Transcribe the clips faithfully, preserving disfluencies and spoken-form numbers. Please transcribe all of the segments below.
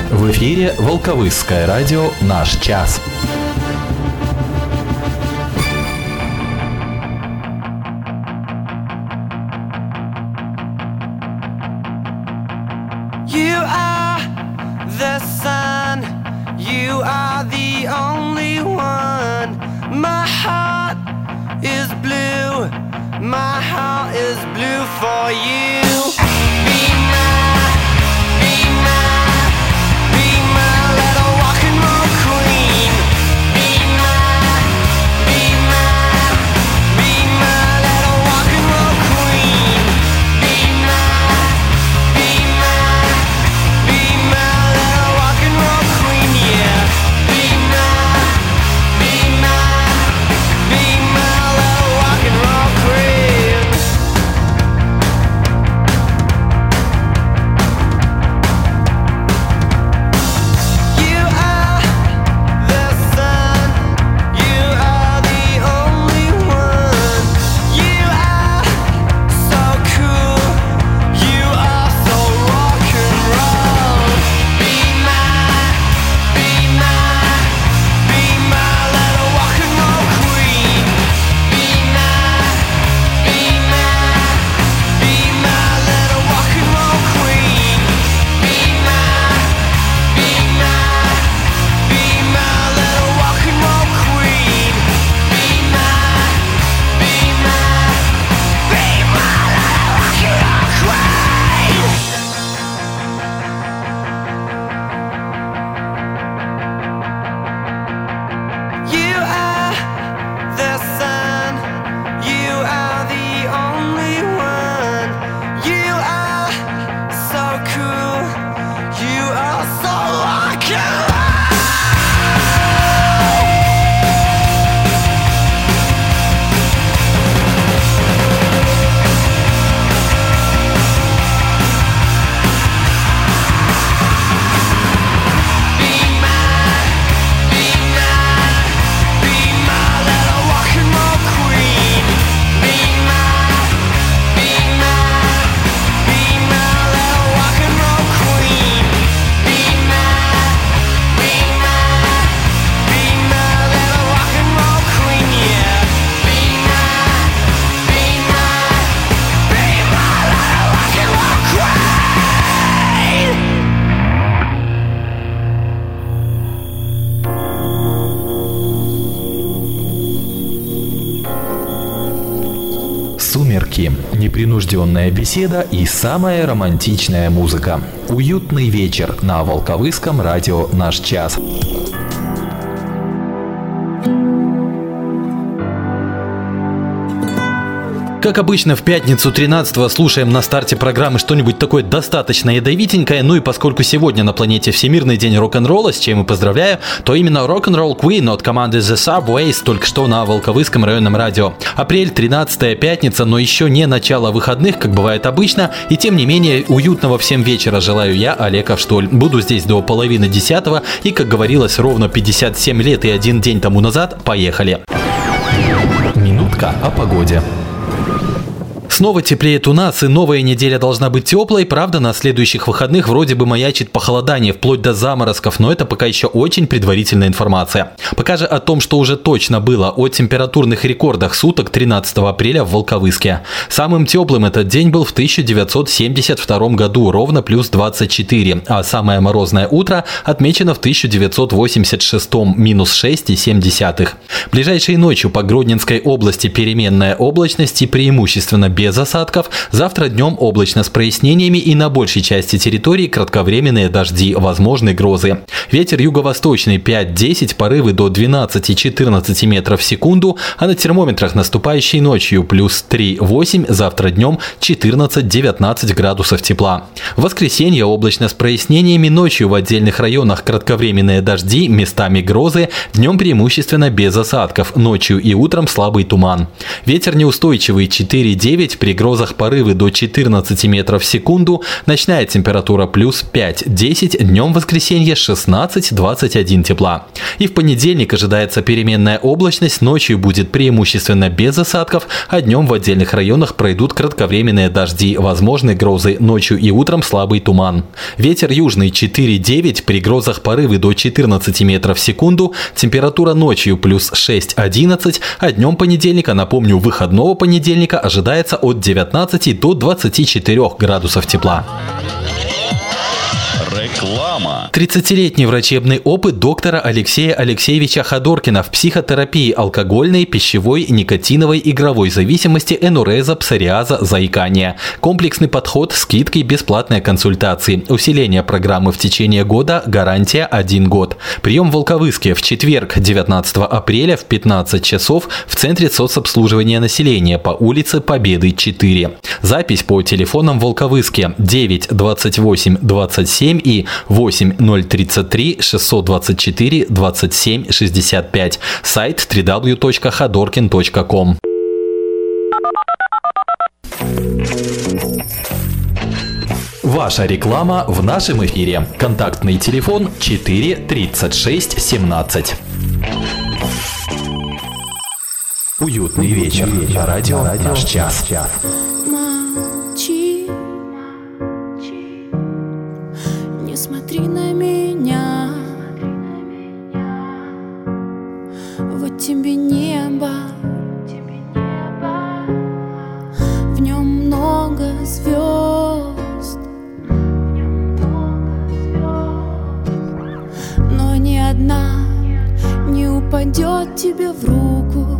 В эфире Волковысское радио «Наш час». You are the sun, you are the only one. My heart is blue, my heart is blue for you. Be my, be my, be my little rock and roll queen. Be my, be my, be my little rock and roll queen. Be my, be my, be my little rock and roll queen, yeah. Be my, be my, be my little rock and roll queen. You are the sun, you are the only one. You are so cool, you are so rock and roll. Be my, be my, be my little rock and roll queen. Be my, be my, be my little rock and roll queen. Be my, be my, be my little rock and roll queen. Be my, be my, be my little rock and roll queen. You are the sun, you are the only one. You are so cool, you are so rock and roll. Be my, be my, be my little rock and roll queen. Be my, be my, be my little rock and roll queen. Be my, be my, be my little rock and roll queen, yeah. Be my, be my, be my little rock and roll queen. Сумерки, непринужденная беседа и самая романтичная музыка. Уютный вечер на Волковысском радио «Наш час». Как обычно, в пятницу тринадцатого слушаем на старте программы что-нибудь такое достаточно ядовитенькое. Ну и поскольку сегодня на планете Всемирный день рок-н-ролла, с чем и поздравляю, то именно Rock'n'Roll Queen от команды The Subways только что на Волковысском районном радио. Апрель, тринадцатая пятница, но еще не начало выходных, как бывает обычно. И тем не менее, уютного всем вечера желаю я, Олег Авштоль. Буду здесь до половины десятого. И, как говорилось, ровно пятьдесят семь лет и один день тому назад. Поехали. Минутка о погоде. Снова теплеет у нас, и новая неделя должна быть теплой. Правда, на следующих выходных вроде бы маячит похолодание, вплоть до заморозков, но это пока еще очень предварительная информация. Пока же о том, что уже точно было, о температурных рекордах суток тринадцатого апреля в Волковыске. Самым теплым этот день был в тысяча девятьсот семьдесят втором году, ровно плюс двадцать четыре, а самое морозное утро отмечено в тысяча девятьсот восемьдесят шестом, минус шесть целых семь десятых. Ближайшей ночью по Гродненской области переменная облачность и преимущественно без осадков. Завтра днем облачно с прояснениями и на большей части территории кратковременные дожди, возможны грозы. Ветер юго-восточный пять-десять, порывы до двенадцать-четырнадцать метров в секунду, а на термометрах наступающей ночью плюс три-восемь, завтра днем четырнадцать-девятнадцать градусов тепла. В воскресенье облачно с прояснениями, ночью в отдельных районах кратковременные дожди, местами грозы, днем преимущественно без осадков, ночью и утром слабый туман. Ветер неустойчивый четыре-девять, при грозах порывы до четырнадцати метров в секунду, ночная температура плюс пять-десять, днем в воскресенье шестнадцать-двадцать один тепла. И в понедельник ожидается переменная облачность, ночью будет преимущественно без осадков, а днем в отдельных районах пройдут кратковременные дожди, возможны грозы, ночью и утром слабый туман. Ветер южный четыре-девять, при грозах порывы до четырнадцати метров в секунду, температура ночью плюс шесть-одиннадцать, а днем понедельника, напомню, выходного понедельника, ожидается от девятнадцати до двадцати четырёх градусов тепла. Реклама. тридцатилетний врачебный опыт доктора Алексея Алексеевича Ходоркина в психотерапии алкогольной, пищевой, никотиновой, игровой зависимости, энуреза, псориаза, заикания. Комплексный подход, скидки, бесплатные консультации. Усиление программы в течение года, гарантия один год. Прием в Волковыске в четверг, девятнадцатого апреля в пятнадцать часов в Центре соцобслуживания населения по улице Победы четыре. Запись по телефонам в Волковыске девять двадцать восемь двадцать семь и восемь ноль тридцать три шестьсот двадцать четыре двадцать семь шестьдесят пять. Сайт дабл ю дабл ю дабл ю точка ходоркин точка ком. Ваша реклама в нашем эфире. Контактный телефон четыре тридцать шесть семнадцать. Уютный вечер. На радио «Наш час». Молчи, не смотри на меня. Вот тебе небо, в нем много звезд, но ни одна не упадет тебе в руку.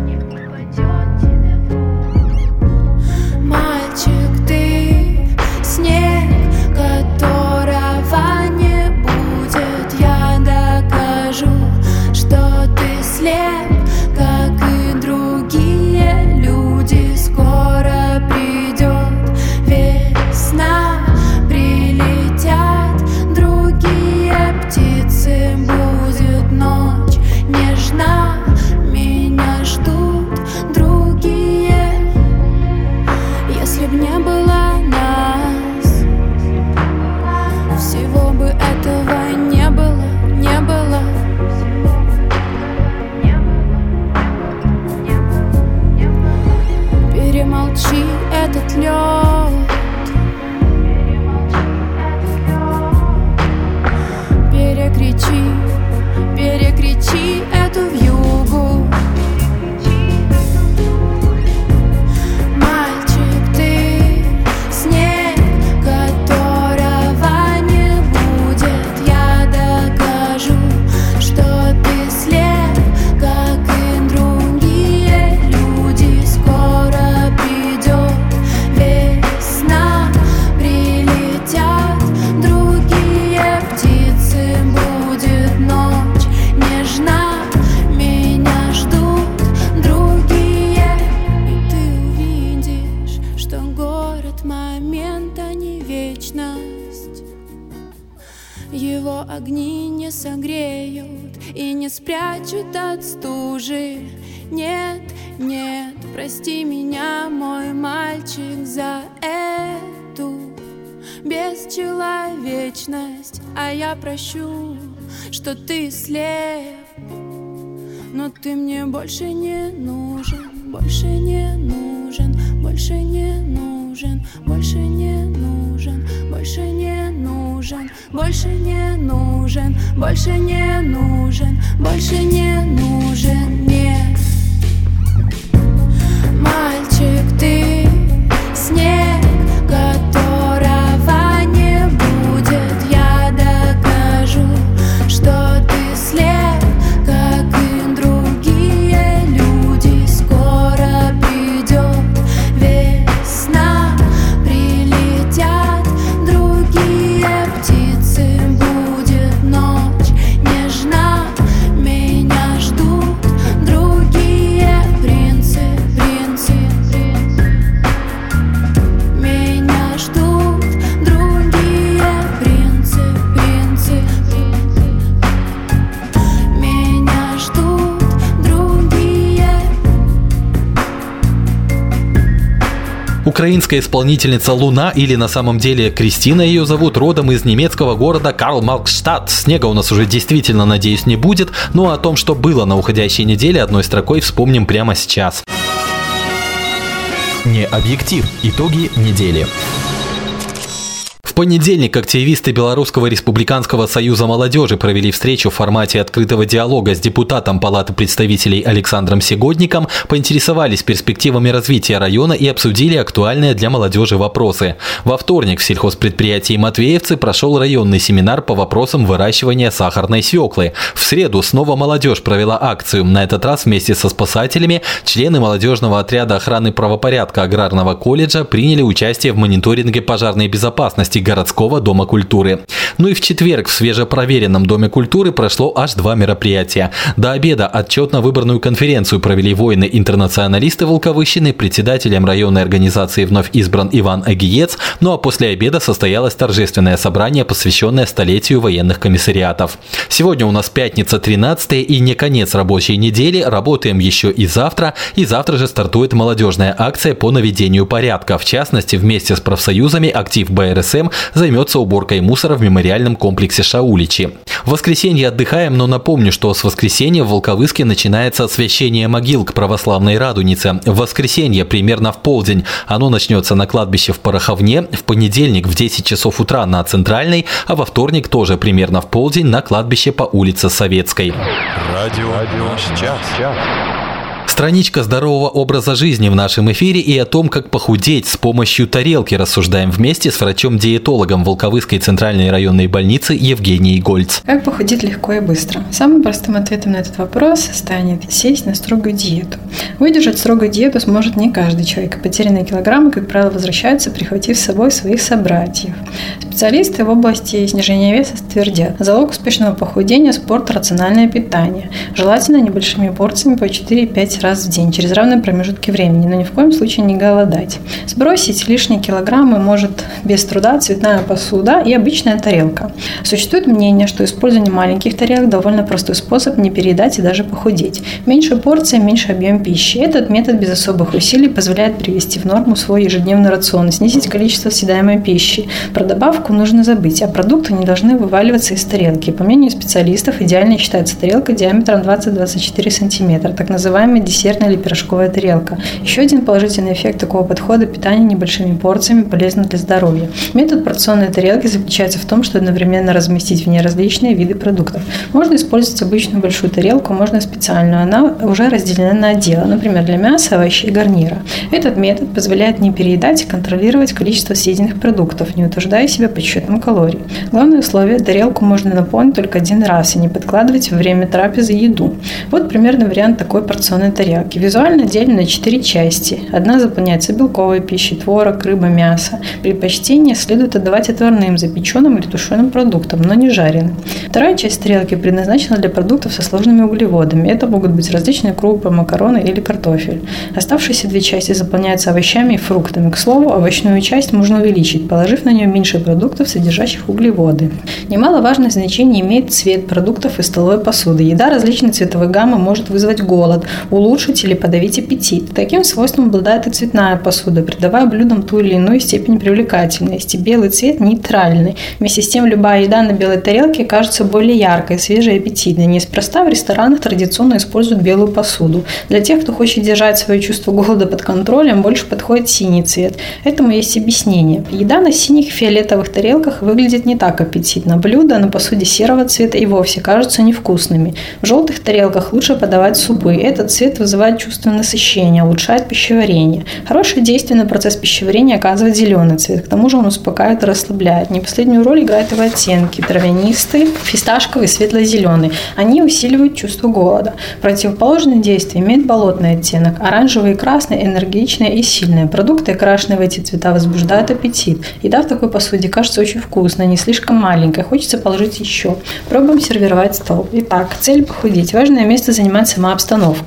Мальчик, ты снег, которого не будет. Я докажу, что ты слеп, как и другие люди. Скоро придет весна, прилетят другие птицы. Будет ночь нежна, меня ждут другие. Если б не было нас, всего бы этого не было, не было. Перемолчи этот лед, перекричи, перекричи эту вьюгу. Мальчик, ты снег, которого не будет. Я докажу, что ты слеп, как и другие люди. Скоро придет весна, прилетят другие птицы. Будет ночь нежна, меня ждут другие. И ты увидишь, что город момент, а не вечность. Его огни не согреют и не спрячут от стужи. Нет, нет, прости меня, мой мальчик, за эту бесчеловечность. А я прощу, что ты слеп, но ты мне больше не нужен, больше не нужен, больше не нужен, больше не нужен, больше не нужен, больше не нужен, больше не нужен, больше не нужен, нет. Мальчик, ты снег, которого не будет. Я докажу, что ты слеп, как и другие люди. Скоро придет весна, прилетят другие птицы. Будет ночь нежна, меня ждут другие. Украинская исполнительница Луна, или на самом деле Кристина ее зовут, родом из немецкого города Карл-Маркстадт. Снега у нас уже действительно, надеюсь, не будет, но о том, что было на уходящей неделе, одной строкой вспомним прямо сейчас. Не объектив. Итоги недели. В понедельник активисты Белорусского республиканского союза молодежи провели встречу в формате открытого диалога с депутатом Палаты представителей Александром Сегодником, поинтересовались перспективами развития района и обсудили актуальные для молодежи вопросы. Во вторник в сельхозпредприятии Матвеевцы прошел районный семинар по вопросам выращивания сахарной свеклы. В среду снова молодежь провела акцию. На этот раз вместе со спасателями члены молодежного отряда охраны правопорядка Аграрного колледжа приняли участие в мониторинге пожарной безопасности городского дома культуры. Ну и в четверг в свежепроверенном Доме культуры прошло аж два мероприятия. До обеда отчетно-выборную конференцию провели воины-интернационалисты Волковыщины, председателем районной организации вновь избран Иван Агиец, ну а после обеда состоялось торжественное собрание, посвященное столетию военных комиссариатов. Сегодня у нас пятница тринадцатое и не конец рабочей недели, работаем еще и завтра, и завтра же стартует молодежная акция по наведению порядка. В частности, вместе с профсоюзами актив Бэ Эр Эс Эм займется уборкой мусора в мемориальном комплексе Шауличи. В воскресенье отдыхаем, но напомню, что с воскресенья в Волковыске начинается освящение могил к православной Радунице. В воскресенье примерно в полдень оно начнется на кладбище в Пороховне, в понедельник в десять часов утра на Центральной, а во вторник тоже примерно в полдень на кладбище по улице Советской. Радио «Наш час». Страничка здорового образа жизни в нашем эфире и о том, как похудеть с помощью тарелки, рассуждаем вместе с врачом-диетологом Волковыской центральной районной больницы Евгенией Гольц. Как похудеть легко и быстро? Самым простым ответом на этот вопрос станет сесть на строгую диету. Выдержать строгую диету сможет не каждый человек, и потерянные килограммы, как правило, возвращаются, прихватив с собой своих собратьев. Специалисты в области снижения веса твердят: залог успешного похудения – спорт, рациональное питание. Желательно небольшими порциями по четыре-пять раз в день, через равные промежутки времени, но ни в коем случае не голодать. Сбросить лишние килограммы может без труда цветная посуда и обычная тарелка. Существует мнение, что использование маленьких тарелок довольно простой способ не переедать и даже похудеть. Меньше порции, меньше объем пищи. Этот метод без особых усилий позволяет привести в норму свой ежедневный рацион и снизить количество съедаемой пищи. Про добавку нужно забыть, а продукты не должны вываливаться из тарелки. По мнению специалистов, идеальной считается тарелка диаметром двадцать-двадцать четыре сантиметра, так называемая десертная или пирожковая тарелка. Еще один положительный эффект такого подхода – питание небольшими порциями полезно для здоровья. Метод порционной тарелки заключается в том, что одновременно разместить в ней различные виды продуктов. Можно использовать обычную большую тарелку, можно специальную. Она уже разделена на отделы, например, для мяса, овощей и гарнира. Этот метод позволяет не переедать и контролировать количество съеденных продуктов, не утруждая себя подсчетом калорий. Главное условие – тарелку можно наполнить только один раз и не подкладывать во время трапезы еду. Вот примерно вариант такой порционной тарелки. Визуально делим на четыре части. Одна заполняется белковой пищей, творог, рыба, мясо. Предпочтение следует отдавать отварным, запеченным или тушеным продуктам, но не жареным. Вторая часть тарелки предназначена для продуктов со сложными углеводами. Это могут быть различные крупы, макароны или картофель. Оставшиеся две части заполняются овощами и фруктами. К слову, овощную часть можно увеличить, положив на нее меньше продуктов, содержащих углеводы. Немаловажное значение имеет цвет продуктов и столовой посуды. Еда различной цветовой гаммы может вызвать голод, улучшить или подавить аппетит. Таким свойством обладает и цветная посуда, придавая блюдам ту или иную степень привлекательности. Белый цвет нейтральный. Вместе с тем, любая еда на белой тарелке кажется более яркой, свежей и аппетитной. Неспроста в ресторанах традиционно используют белую посуду. Для тех, кто хочет держать свое чувство голода под контролем, больше подходит синий цвет. Этому есть объяснение. Еда на синих и фиолетовых тарелках выглядит не так аппетитно. Блюда на посуде серого цвета и вовсе кажутся невкусными. В желтых тарелках лучше подавать супы. Этот цвет вызывает чувство насыщения, улучшает пищеварение. Хорошее действие на процесс пищеварения оказывает зеленый цвет. К тому же он успокаивает и расслабляет. Не последнюю роль играют его оттенки – травянистый, фисташковый, светло-зеленый. Они усиливают чувство голода. Противоположное действие имеет болотный оттенок. Оранжевый и красный – энергичные и сильные. Продукты, окрашенные в эти цвета, возбуждают аппетит. Еда в такой посуде кажется очень вкусной, не слишком маленькой. Хочется положить еще. Пробуем сервировать стол. Итак, цель похудеть. Важное место занимает сама обстановка.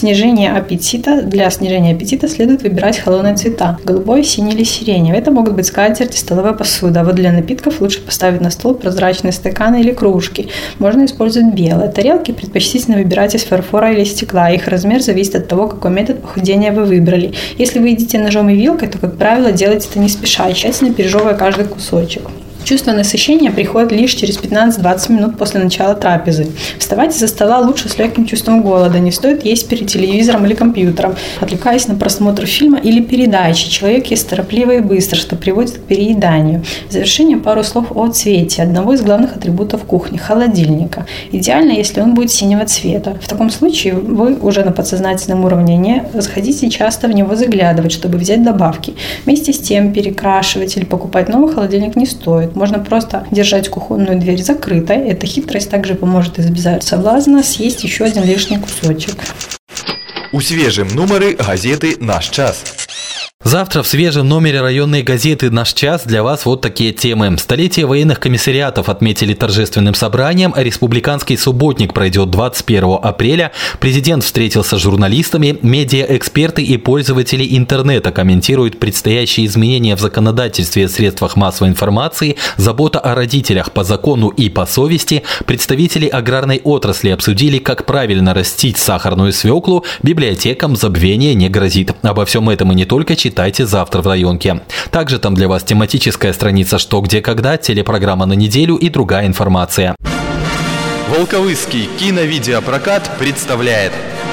Снижение аппетита. Для снижения аппетита следует выбирать холодные цвета – голубой, синий или сиреневый. Это могут быть скатерть и столовая посуда. А вот для напитков лучше поставить на стол прозрачные стаканы или кружки. Можно использовать белые. Тарелки предпочтительно выбирать из фарфора или стекла. Их размер зависит от того, какой метод похудения вы выбрали. Если вы едите ножом и вилкой, то, как правило, делайте это не спеша, тщательно пережевывая каждый кусочек. Чувство насыщения приходит лишь через пятнадцать-двадцать минут после начала трапезы. Вставайте за стола лучше с легким чувством голода. Не стоит есть перед телевизором или компьютером, отвлекаясь на просмотр фильма или передачи. Человек ест торопливо и быстро, что приводит к перееданию. В завершение пару слов о цвете, одного из главных атрибутов кухни – холодильника. Идеально, если он будет синего цвета. В таком случае вы уже на подсознательном уровне не заходите часто в него заглядывать, чтобы взять добавки. Вместе с тем перекрашивать или покупать новый холодильник не стоит. Можно просто держать кухонную дверь закрытой. Эта хитрость также поможет избежать соблазна съесть еще один лишний кусочек. У свежем номере газеты «Наш час». Завтра в свежем номере районной газеты «Наш час» для вас вот такие темы. Столетие военных комиссариатов отметили торжественным собранием, а республиканский субботник пройдет двадцать первого апреля. Президент встретился с журналистами, медиаэксперты и пользователи интернета комментируют предстоящие изменения в законодательстве и средствах массовой информации, забота о родителях по закону и по совести. Представители аграрной отрасли обсудили, как правильно растить сахарную свеклу, библиотекам забвение не грозит. Обо всем этом и не только читать. Читайте завтра в районке. Также там для вас тематическая страница «Что, где, когда», телепрограмма на неделю и другая информация. Волковыский киновидеопрокат представляет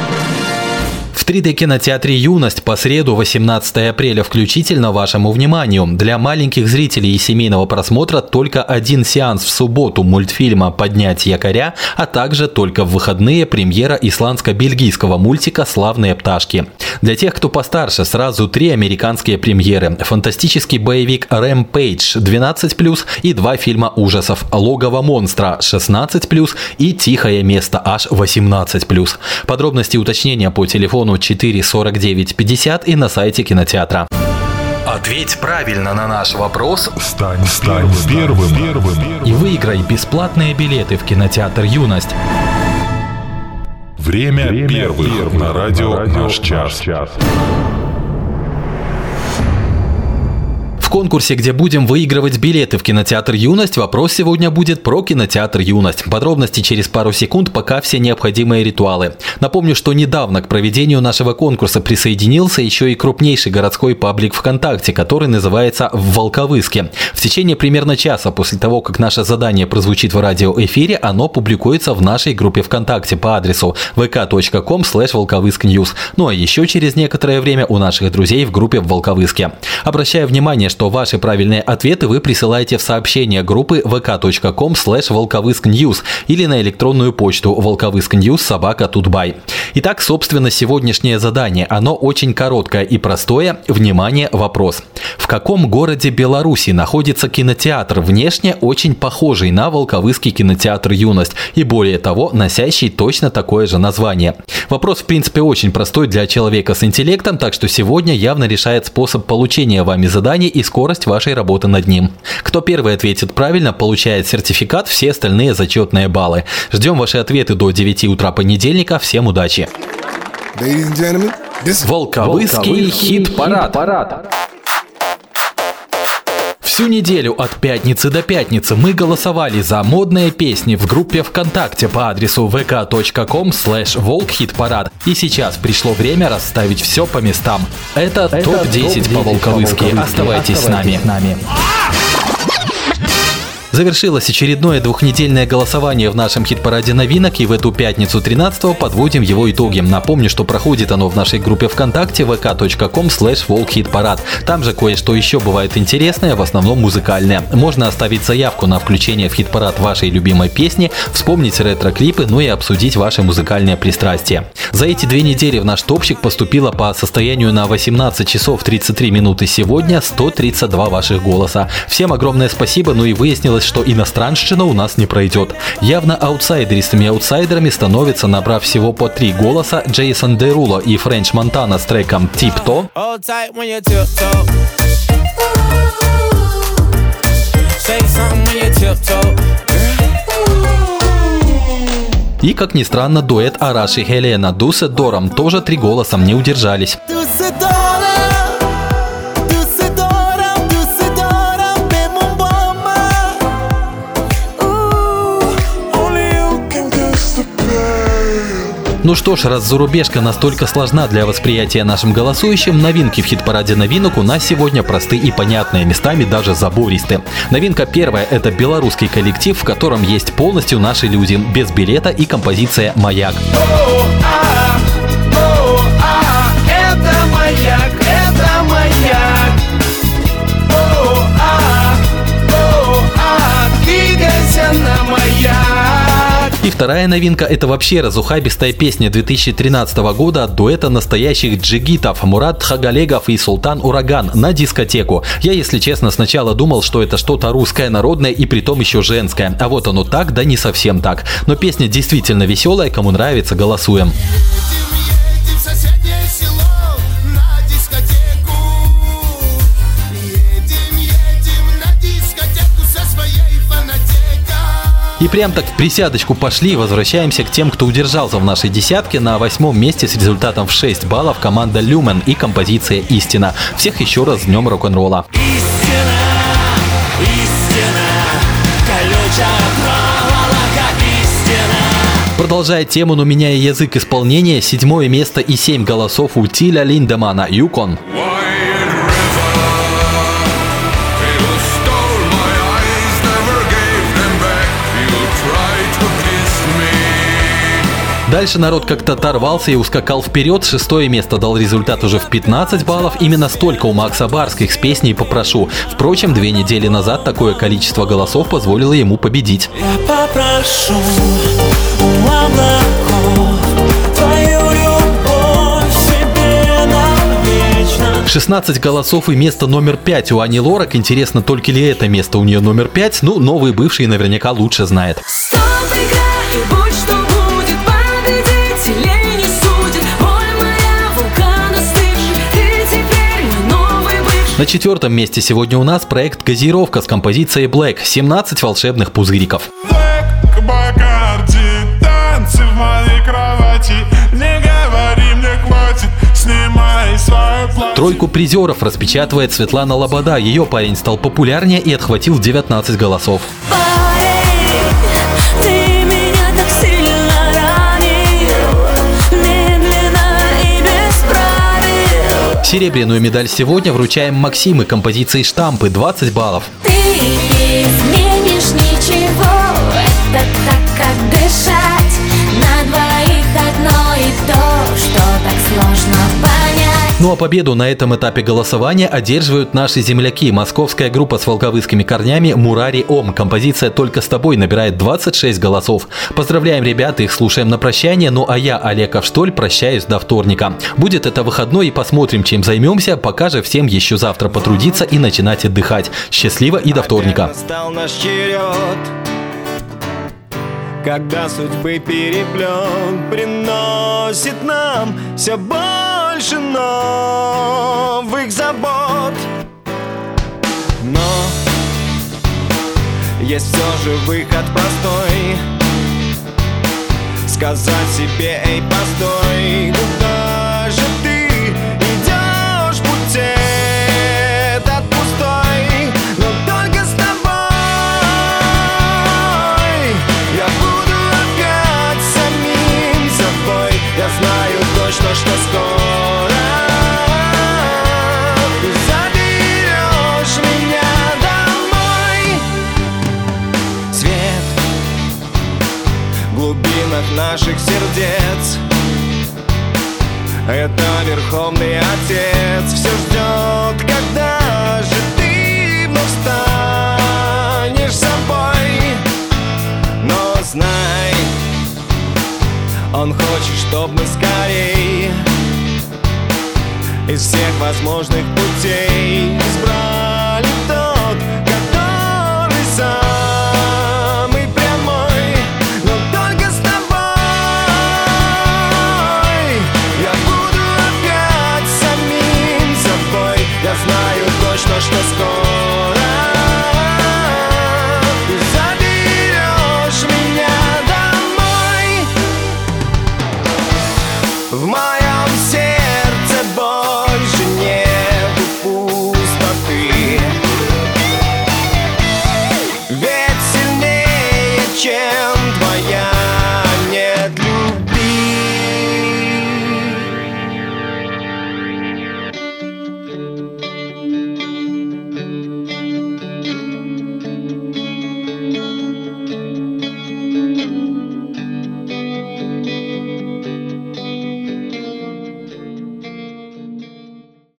В три дэ кинотеатре «Юность» по среду, восемнадцатого апреля включительно, вашему вниманию. Для маленьких зрителей и семейного просмотра только один сеанс в субботу мультфильма «Поднять якоря», а также только в выходные премьера исландско-бельгийского мультика «Славные пташки». Для тех, кто постарше, сразу три американские премьеры. Фантастический боевик «Рэмпейдж» двенадцать плюс и два фильма ужасов «Логово монстра» шестнадцать плюс и «Тихое место» аж восемнадцать плюс. Подробности и уточнения по телефону четыре сорок девять пятьдесят и на сайте кинотеатра. Ответь правильно на наш вопрос. Стань, стань первым, первым, первым. И выиграй бесплатные билеты в кинотеатр «Юность». Время, Время первых, первых на радио, на радио «Наш час». час. В конкурсе, где будем выигрывать билеты в кинотеатр «Юность», вопрос сегодня будет про кинотеатр «Юность». Подробности через пару секунд, пока все необходимые ритуалы. Напомню, что недавно к проведению нашего конкурса присоединился еще и крупнейший городской паблик ВКонтакте, который называется «В Волковыске». В течение примерно часа после того, как наше задание прозвучит в радиоэфире, оно публикуется в нашей группе ВКонтакте по адресу вэ ка точка ком слэш волковыскньюз. Ну а еще через некоторое время у наших друзей в группе в Волковыске. Обращаю внимание, что ваши правильные ответы вы присылаете в сообщение группы вэ ка точка ком слэш волковыскньюз или на электронную почту волковыскньюз собака тутбай. Итак, собственно, сегодняшнее задание. Оно очень короткое и простое. Внимание, вопрос. В каком городе Беларуси находится кинотеатр, внешне очень похожий на Волковыский кинотеатр «Юность» и, более того, носящий точно такое же название? Вопрос, в принципе, очень простой для человека с интеллектом, так что сегодня явно решает способ получения вами задания и скорость вашей работы над ним. Кто первый ответит правильно, получает сертификат, все остальные зачетные баллы. Ждем ваши ответы до девяти утра понедельника. Всем удачи! Волковыский хит-парад. Всю неделю от пятницы до пятницы мы голосовали за модные песни в группе ВКонтакте по адресу вэ ка точка ком слэш волкхитпарад. И сейчас пришло время расставить все по местам. Это, Это топ десять по Волковыске. Оставайтесь, Оставайтесь с нами. С нами. Завершилось очередное двухнедельное голосование в нашем хит-параде новинок, и в эту пятницу тринадцатого подводим его итоги. Напомню, что проходит оно в нашей группе ВКонтакте вэ ка точка ком слэш волкхитпарад. Там же кое-что еще бывает интересное, в основном музыкальное. Можно оставить заявку на включение в хит-парад вашей любимой песни, вспомнить ретро-клипы, ну и обсудить ваши музыкальные пристрастия. За эти две недели в наш топчик поступило по состоянию на восемнадцать часов тридцать три минуты сегодня сто тридцать два ваших голоса. Всем огромное спасибо, ну и выяснилось, что иностранщина у нас не пройдет. Явно аутсайдеристыми аутсайдерами становятся, набрав всего по три голоса, Джейсон Деруло и Френч Монтана с треком «Тип-То». И, как ни странно, дуэт Араш и Хелена Дусседором тоже три голосом не удержались. Ну что ж, раз зарубежка настолько сложна для восприятия нашим голосующим, новинки в хит-параде новинок у нас сегодня просты и понятные, местами даже забористы. Новинка первая – это белорусский коллектив, в котором есть полностью наши люди, без билета и композиция «Маяк». О, а, о, а, это маяк, это маяк. О, а, о, а, двигайся на маяк. И вторая новинка – это вообще разухабистая песня две тысячи тринадцатого года от дуэта настоящих джигитов Мурат Тхагалегов и Султан Ураган на дискотеку. Я, если честно, сначала думал, что это что-то русское народное и притом еще женское. А вот оно так, да не совсем так. Но песня действительно веселая, кому нравится, голосуем. И прям так в присядочку пошли, возвращаемся к тем, кто удержался в нашей десятке. На восьмом месте с результатом в шесть баллов команда Люмен и композиция «Истина». Всех еще раз с днем рок-н-ролла. Истина, истина, колючая проволока, истина. Продолжая тему, но меняя язык исполнения, седьмое место и семь голосов у Тиля Линдемана «Юкон». Дальше народ как-то оторвался и ускакал вперед. Шестое место дал результат уже в пятнадцать баллов. Именно столько у Макса Барских с песней «Попрошу». Впрочем, две недели назад такое количество голосов позволило ему победить. Я попрошу у облаков твою любовь себе навечно. шестнадцать голосов и место номер пять у Ани Лорак. Интересно, только ли это место у нее номер пять? Ну, новый бывший наверняка лучше знает. Стоп, игра, и будь что будет, победителей не судит. Боль моя, вулкан остывший, ты теперь мой новый бывший. На четвертом месте сегодня у нас проект «Газировка» с композицией Black. семнадцать волшебных пузыриков. Black Bacardi, танцы в моей кровати. Не говори, мне хватит, снимай свою платье. Тройку призеров распечатывает Светлана Лобода. Ее парень стал популярнее и отхватил девятнадцать голосов. Серебряную медаль сегодня вручаем Максим и композиции «Штампы» двадцать баллов. Ты не изменишь ничего, это так, как дышать. На двоих одно и то, что так сложно понять. Ну а победу на этом этапе голосования одерживают наши земляки. Московская группа с волковыскими корнями «Мурари Ом». Композиция «Только с тобой» набирает двадцать шесть голосов. Поздравляем ребят, их слушаем на прощание. Ну а я, Олег Авштоль, прощаюсь до вторника. Будет это выходной и посмотрим, чем займемся. Пока же всем еще завтра потрудиться и начинать отдыхать. Счастливо и до вторника. Настал наш черед, когда судьбы переплет приносит нам все больше новых забот. Но есть все же выход простой: сказать себе: эй, постой, куда же ты идешь, путь этот пустой, но только с тобой я буду опять самим собой. Я знаю точно, что скоро ты заберешь меня домой. Свет в глубинах наших сердец, это Верховный Отец все ждет, когда же ты вновь станешь собой. Но знай, Он хочет, чтоб мы скорей из всех возможных путей избрали